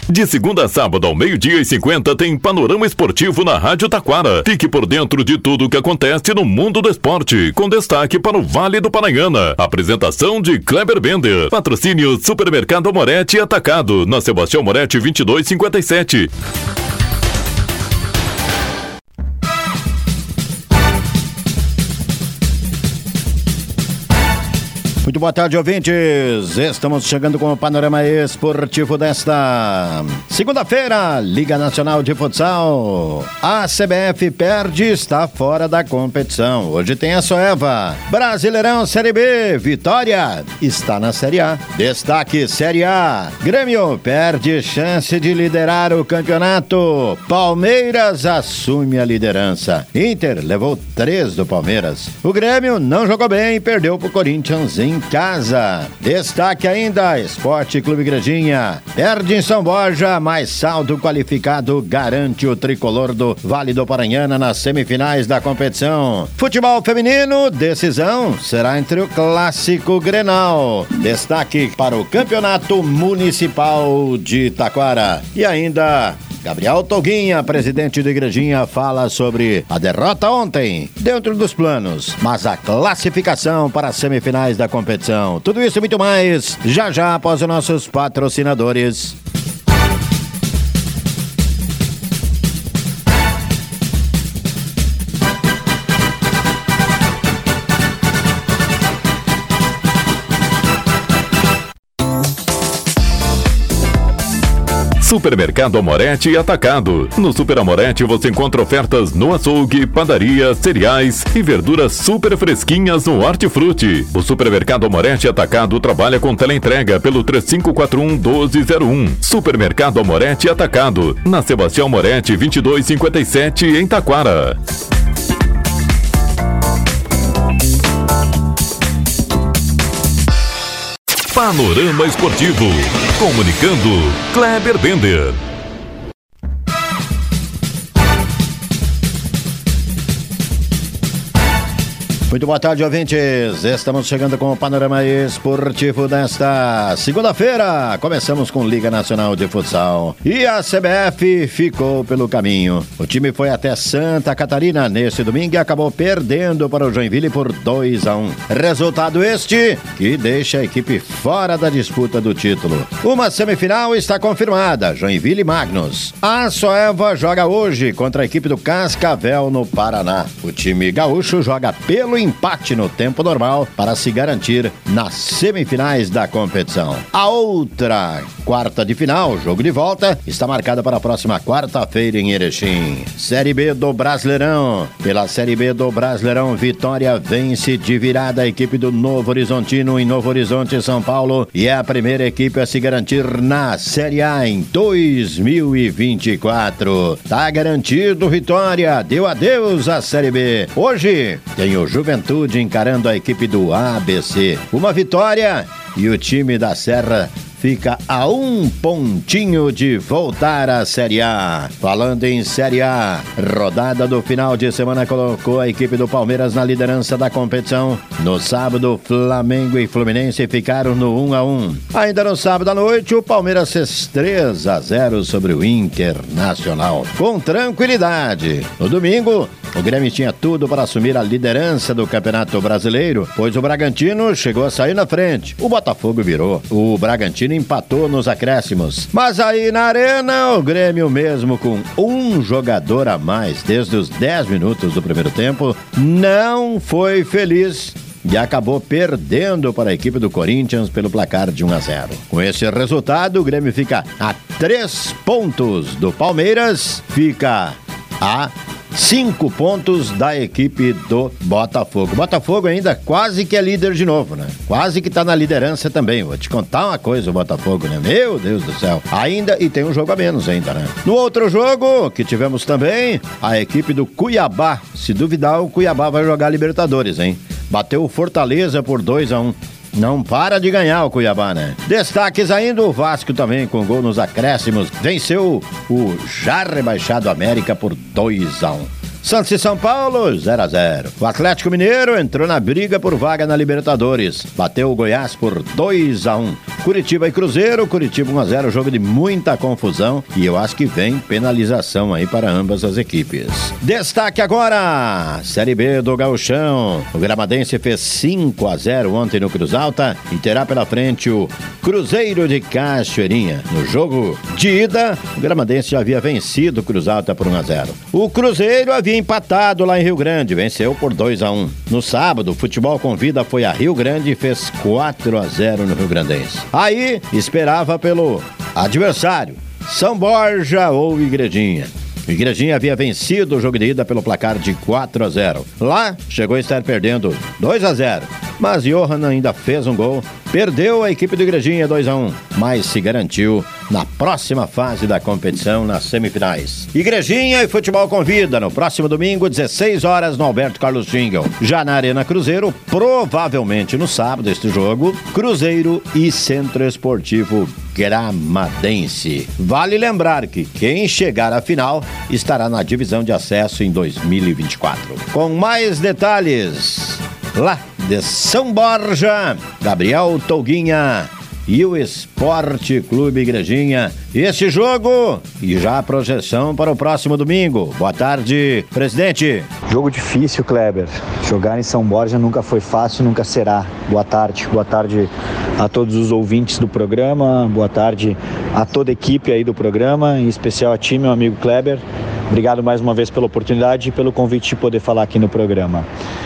De segunda a sábado ao 12:50 tem Panorama Esportivo na Rádio Taquara. Fique por dentro de tudo o que acontece no mundo do esporte, com destaque para o Vale do Paranhana. Apresentação de Kleber Bender. Patrocínio Supermercado Moretti Atacado, na Sebastião Moretti 2257. Muito boa tarde, ouvintes. Estamos chegando com o panorama esportivo desta segunda-feira. Liga Nacional de Futsal. A CBF perde e está fora da competição. Hoje tem a Soeva. Brasileirão Série B. Vitória está na Série A. Destaque Série A. Grêmio perde chance de liderar o campeonato. Palmeiras assume a liderança. Inter levou 3 do Palmeiras. O Grêmio não jogou bem e perdeu pro Corinthians em casa. Destaque ainda, Esporte Clube Igrejinha perde em São Borja, mas saldo qualificado garante o tricolor do Vale do Paranhana nas semifinais da competição. Futebol feminino, decisão será entre o clássico Grenal. Destaque para o Campeonato Municipal de Taquara. E ainda Gabriel Toguinha, presidente da Igrejinha, fala sobre a derrota ontem, dentro dos planos, mas a classificação para as semifinais da competição. Tudo isso e muito mais, já após os nossos patrocinadores. Supermercado Amoretti Atacado. No Super Amoretti você encontra ofertas no açougue, padaria, cereais e verduras super fresquinhas no Hortifruti. O Supermercado Amoretti Atacado trabalha com teleentrega pelo 3541-1201. Supermercado Amoretti Atacado, na Sebastião Moretti 2257 em Taquara. Panorama Esportivo. Comunicando, Kleber Bender. Muito boa tarde, ouvintes. Estamos chegando com o panorama esportivo desta segunda-feira. Começamos com Liga Nacional de Futsal. E a CBF ficou pelo caminho. O time foi até Santa Catarina neste domingo e acabou perdendo para o Joinville por 2-1. Resultado este que deixa a equipe fora da disputa do título. Uma semifinal está confirmada, Joinville e Magnus. A Soeva joga hoje contra a equipe do Cascavel no Paraná. O time gaúcho joga pelo empate no tempo normal para se garantir nas semifinais da competição. A outra quarta de final, jogo de volta, está marcada para a próxima quarta-feira em Erechim. Série B do Brasileirão. Pela Série B do Brasileirão, Vitória vence de virada a equipe do Novo Horizontino em Novo Horizonte, São Paulo, e é a primeira equipe a se garantir na Série A em 2024. Tá garantido, Vitória. Deu adeus à Série B. Hoje tem o Juventude encarando a equipe do ABC. Uma vitória e o time da Serra fica a um pontinho de voltar à Série A. Falando em Série A, rodada do final de semana colocou a equipe do Palmeiras na liderança da competição. No sábado, Flamengo e Fluminense ficaram no 1-1. Ainda no sábado à noite, o Palmeiras fez 3-0 sobre o Internacional, com tranquilidade. No domingo, o Grêmio tinha tudo para assumir a liderança do Campeonato Brasileiro, pois o Bragantino chegou a sair na frente. O Botafogo virou. O Bragantino empatou nos acréscimos. Mas aí na Arena, o Grêmio, mesmo com um jogador a mais desde os 10 minutos do primeiro tempo, não foi feliz e acabou perdendo para a equipe do Corinthians pelo placar de 1-0. Com esse resultado, o Grêmio fica a 3 pontos do Palmeiras, fica a 5 pontos da equipe do Botafogo. Botafogo ainda quase que é líder de novo, né? Quase que tá na liderança também. Vou te contar uma coisa, o Botafogo, né? Meu Deus do céu. Ainda, e tem um jogo a menos ainda, né? No outro jogo que tivemos também, a equipe do Cuiabá. Se duvidar, o Cuiabá vai jogar Libertadores, hein? Bateu o Fortaleza por 2-1. Não para de ganhar o Cuiabá, né? Destaques ainda, o Vasco também com gol nos acréscimos. Venceu o já rebaixado América por 2-1. Santos e São Paulo, 0-0. O Atlético Mineiro entrou na briga por vaga na Libertadores. Bateu o Goiás por 2-1. Curitiba e Cruzeiro, Curitiba 1-0, jogo de muita confusão e eu acho que vem penalização aí para ambas as equipes. Destaque agora, Série B do Gauchão. O Gramadense fez 5-0 ontem no Cruz Alta e terá pela frente o Cruzeiro de Cachoeirinha. No jogo de ida, o Gramadense já havia vencido o Cruz Alta por 1-0. O Cruzeiro havia empatado lá em Rio Grande, venceu por 2-1. No sábado, o Futebol Convida foi a Rio Grande e fez 4-0 no Rio Grandense. Aí, esperava pelo adversário, São Borja ou Igrejinha. O Igrejinha havia vencido o jogo de ida pelo placar de 4-0. Lá, chegou a estar perdendo 2-0. Mas Johan ainda fez um gol, perdeu a equipe do Igrejinha 2-1, mas se garantiu na próxima fase da competição, nas semifinais. Igrejinha e Futebol Convida, no próximo domingo, 16 horas, no Alberto Carlos Jingle. Já na Arena Cruzeiro, provavelmente no sábado, este jogo, Cruzeiro e Centro Esportivo Gramadense. Vale lembrar que quem chegar à final estará na divisão de acesso em 2024. Com mais detalhes, lá de São Borja, Gabriel Touguinha e o Esporte Clube Igrejinha. Este jogo e já a projeção para o próximo domingo. Boa tarde, presidente. Jogo difícil, Kleber. Jogar em São Borja nunca foi fácil, nunca será. Boa tarde. Boa tarde a todos os ouvintes do programa. Boa tarde a toda a equipe aí do programa, em especial a ti, meu amigo Kleber. Obrigado mais uma vez pela oportunidade e pelo convite de poder falar aqui no programa.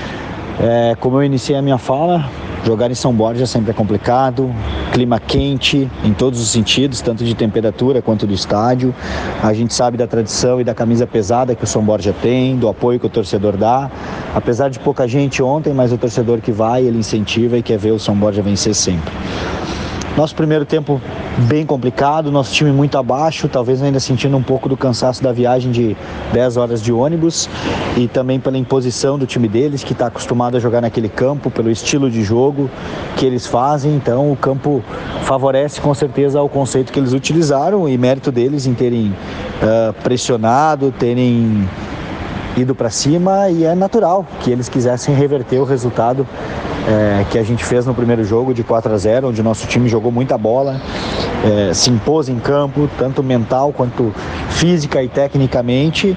Como eu iniciei a minha fala, jogar em São Borja sempre é complicado, clima quente em todos os sentidos, tanto de temperatura quanto do estádio. A gente sabe da tradição e da camisa pesada que o São Borja tem, do apoio que o torcedor dá. Apesar de pouca gente ontem, mas o torcedor que vai, ele incentiva e quer ver o São Borja vencer sempre. Nosso primeiro tempo bem complicado, nosso time muito abaixo, talvez ainda sentindo um pouco do cansaço da viagem de 10 horas de ônibus e também pela imposição do time deles, que está acostumado a jogar naquele campo, pelo estilo de jogo que eles fazem. Então o campo favorece com certeza ao conceito que eles utilizaram e mérito deles em terem pressionado, terem ido para cima, e é natural que eles quisessem reverter o resultado que a gente fez no primeiro jogo de 4-0, onde o nosso time jogou muita bola, se impôs em campo, tanto mental quanto física e tecnicamente,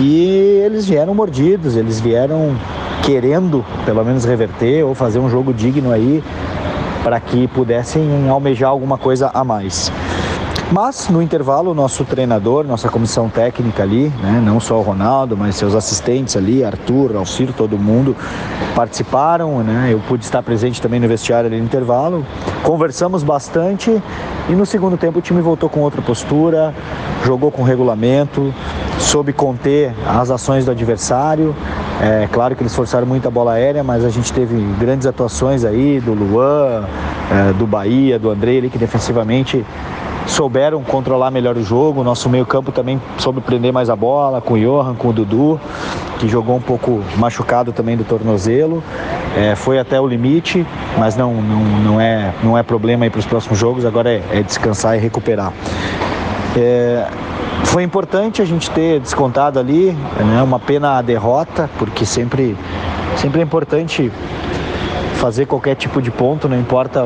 e eles vieram mordidos, eles vieram querendo pelo menos reverter ou fazer um jogo digno aí para que pudessem almejar alguma coisa a mais. Mas no intervalo, o nosso treinador, nossa comissão técnica ali, né, não só o Ronaldo, mas seus assistentes ali, Arthur, Alcir, todo mundo participaram, né? Eu pude estar presente também no vestiário ali no intervalo. Conversamos bastante e no segundo tempo o time voltou com outra postura, jogou com regulamento, soube conter as ações do adversário. Claro que eles forçaram muito a bola aérea, mas a gente teve grandes atuações aí do Luan, do Bahia, do André ali, que defensivamente souberam controlar melhor o jogo. Nosso meio-campo também soube prender mais a bola, com o Johan, com o Dudu, que jogou um pouco machucado também do tornozelo. Foi até o limite, mas não é problema aí para os próximos jogos. Agora é descansar e recuperar. Foi importante a gente ter descontado ali, né? Uma pena a derrota, porque sempre é importante fazer qualquer tipo de ponto, não importa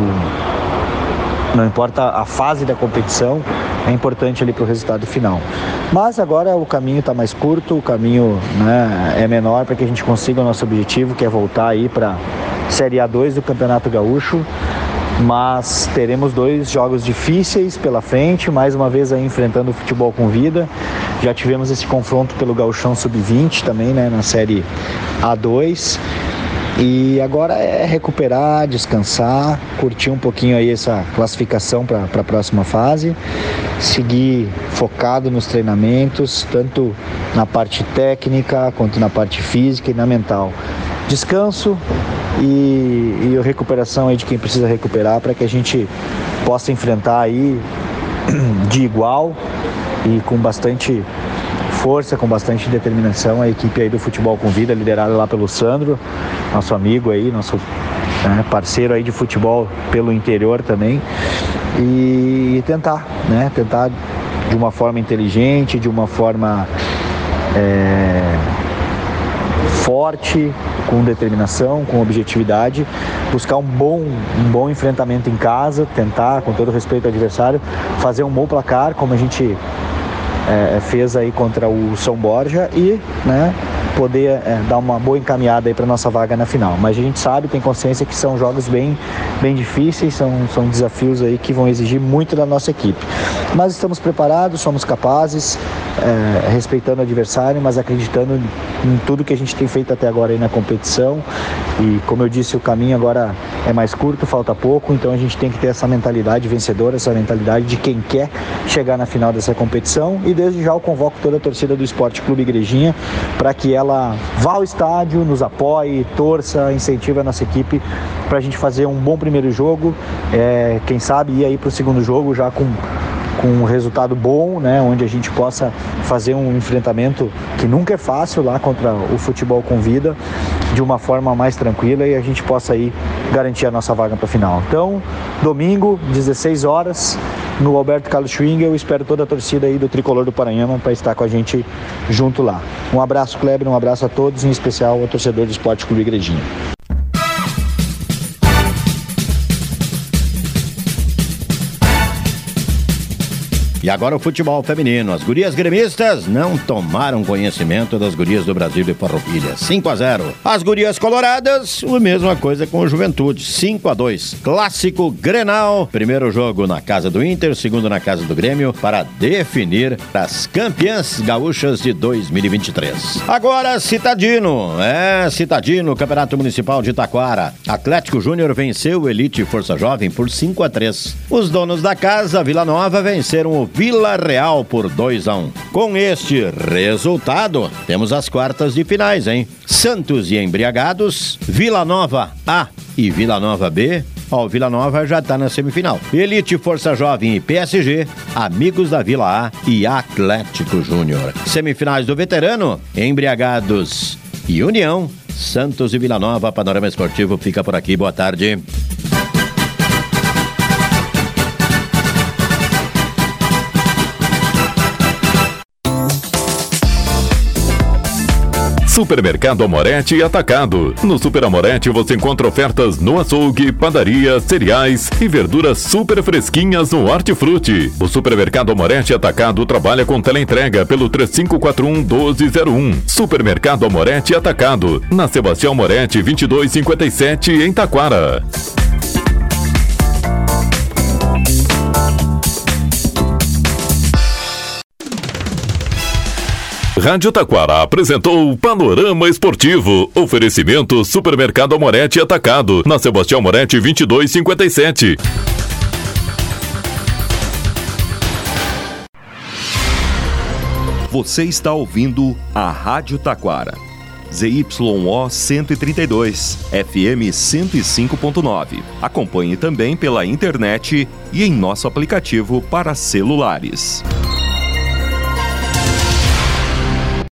a fase da competição, é importante ali para o resultado final. Mas agora o caminho está mais curto, o caminho, né, é menor para que a gente consiga o nosso objetivo, que é voltar aí para a Série A2 do Campeonato Gaúcho. Mas teremos 2 jogos difíceis pela frente, mais uma vez aí enfrentando o Futebol Convida. Já tivemos esse confronto pelo Gauchão Sub-20 também, né, na Série A2. E agora é recuperar, descansar, curtir um pouquinho aí essa classificação para a próxima fase, seguir focado nos treinamentos, tanto na parte técnica quanto na parte física e na mental. Descanso e recuperação aí de quem precisa recuperar, para que a gente possa enfrentar aí de igual e com bastante força, com bastante determinação a equipe aí do Futebol Convida, liderada lá pelo Sandro, nosso amigo aí, nosso parceiro aí de futebol pelo interior também, e tentar de uma forma inteligente, de uma forma forte, com determinação, com objetividade, buscar um bom enfrentamento em casa, tentar, com todo respeito ao adversário, fazer um bom placar, como a gente fez aí contra o São Borja e, né, poder dar uma boa encaminhada aí para nossa vaga na final. Mas a gente sabe, tem consciência que são jogos bem difíceis, são desafios aí que vão exigir muito da nossa equipe. Mas estamos preparados, somos capazes, respeitando o adversário, mas acreditando em tudo que a gente tem feito até agora aí na competição. E como eu disse, o caminho agora é mais curto, falta pouco, então a gente tem que ter essa mentalidade vencedora, essa mentalidade de quem quer chegar na final dessa competição. E desde já eu convoco toda a torcida do Esporte Clube Igrejinha para que ela vá ao estádio, nos apoie, torça, incentive a nossa equipe para a gente fazer um bom primeiro jogo, quem sabe ir aí para o segundo jogo já com um resultado bom, né, onde a gente possa fazer um enfrentamento que nunca é fácil lá contra o Futebol Convida, de uma forma mais tranquila, e a gente possa aí garantir a nossa vaga para a final. Então, domingo, 16 horas, no Alberto Carlos Schwingel, eu espero toda a torcida aí do Tricolor do Paranhama para estar com a gente junto lá. Um abraço, Kleber, um abraço a todos, em especial ao torcedor do Esporte Clube Igrejinha. E agora o futebol feminino. As gurias gremistas não tomaram conhecimento das gurias do Brasil de Farroupilha. 5-0. As gurias coloradas, a mesma coisa com o Juventude. 5-2. Clássico Grenal. Primeiro jogo na casa do Inter, segundo na casa do Grêmio, para definir as campeãs gaúchas de 2023. Agora Citadino. Citadino, Campeonato Municipal de Taquara. Atlético Júnior venceu o Elite Força Jovem por 5-3. Os donos da casa, Vila Nova, venceram o Vila Real por 2-1. Com este resultado, temos as quartas de finais, hein? Santos e Embriagados, Vila Nova A e Vila Nova B. O Vila Nova já está na semifinal. Elite Força Jovem e PSG, Amigos da Vila A e Atlético Júnior. Semifinais do Veterano, Embriagados e União, Santos e Vila Nova. Panorama Esportivo fica por aqui. Boa tarde. Supermercado Amorete Atacado. No Super Amorete você encontra ofertas no açougue, padaria, cereais e verduras super fresquinhas no Hortifruti. O Supermercado Amorete Atacado trabalha com teleentrega pelo 3541-1201. Supermercado Amorete Atacado, na Sebastião Amorete 2257 em Taquara. Rádio Taquara apresentou o Panorama Esportivo. Oferecimento Supermercado Amorete Atacado, na Sebastião Amorete 2257. Você está ouvindo a Rádio Taquara. ZYO 132, FM 105.9. Acompanhe também pela internet e em nosso aplicativo para celulares.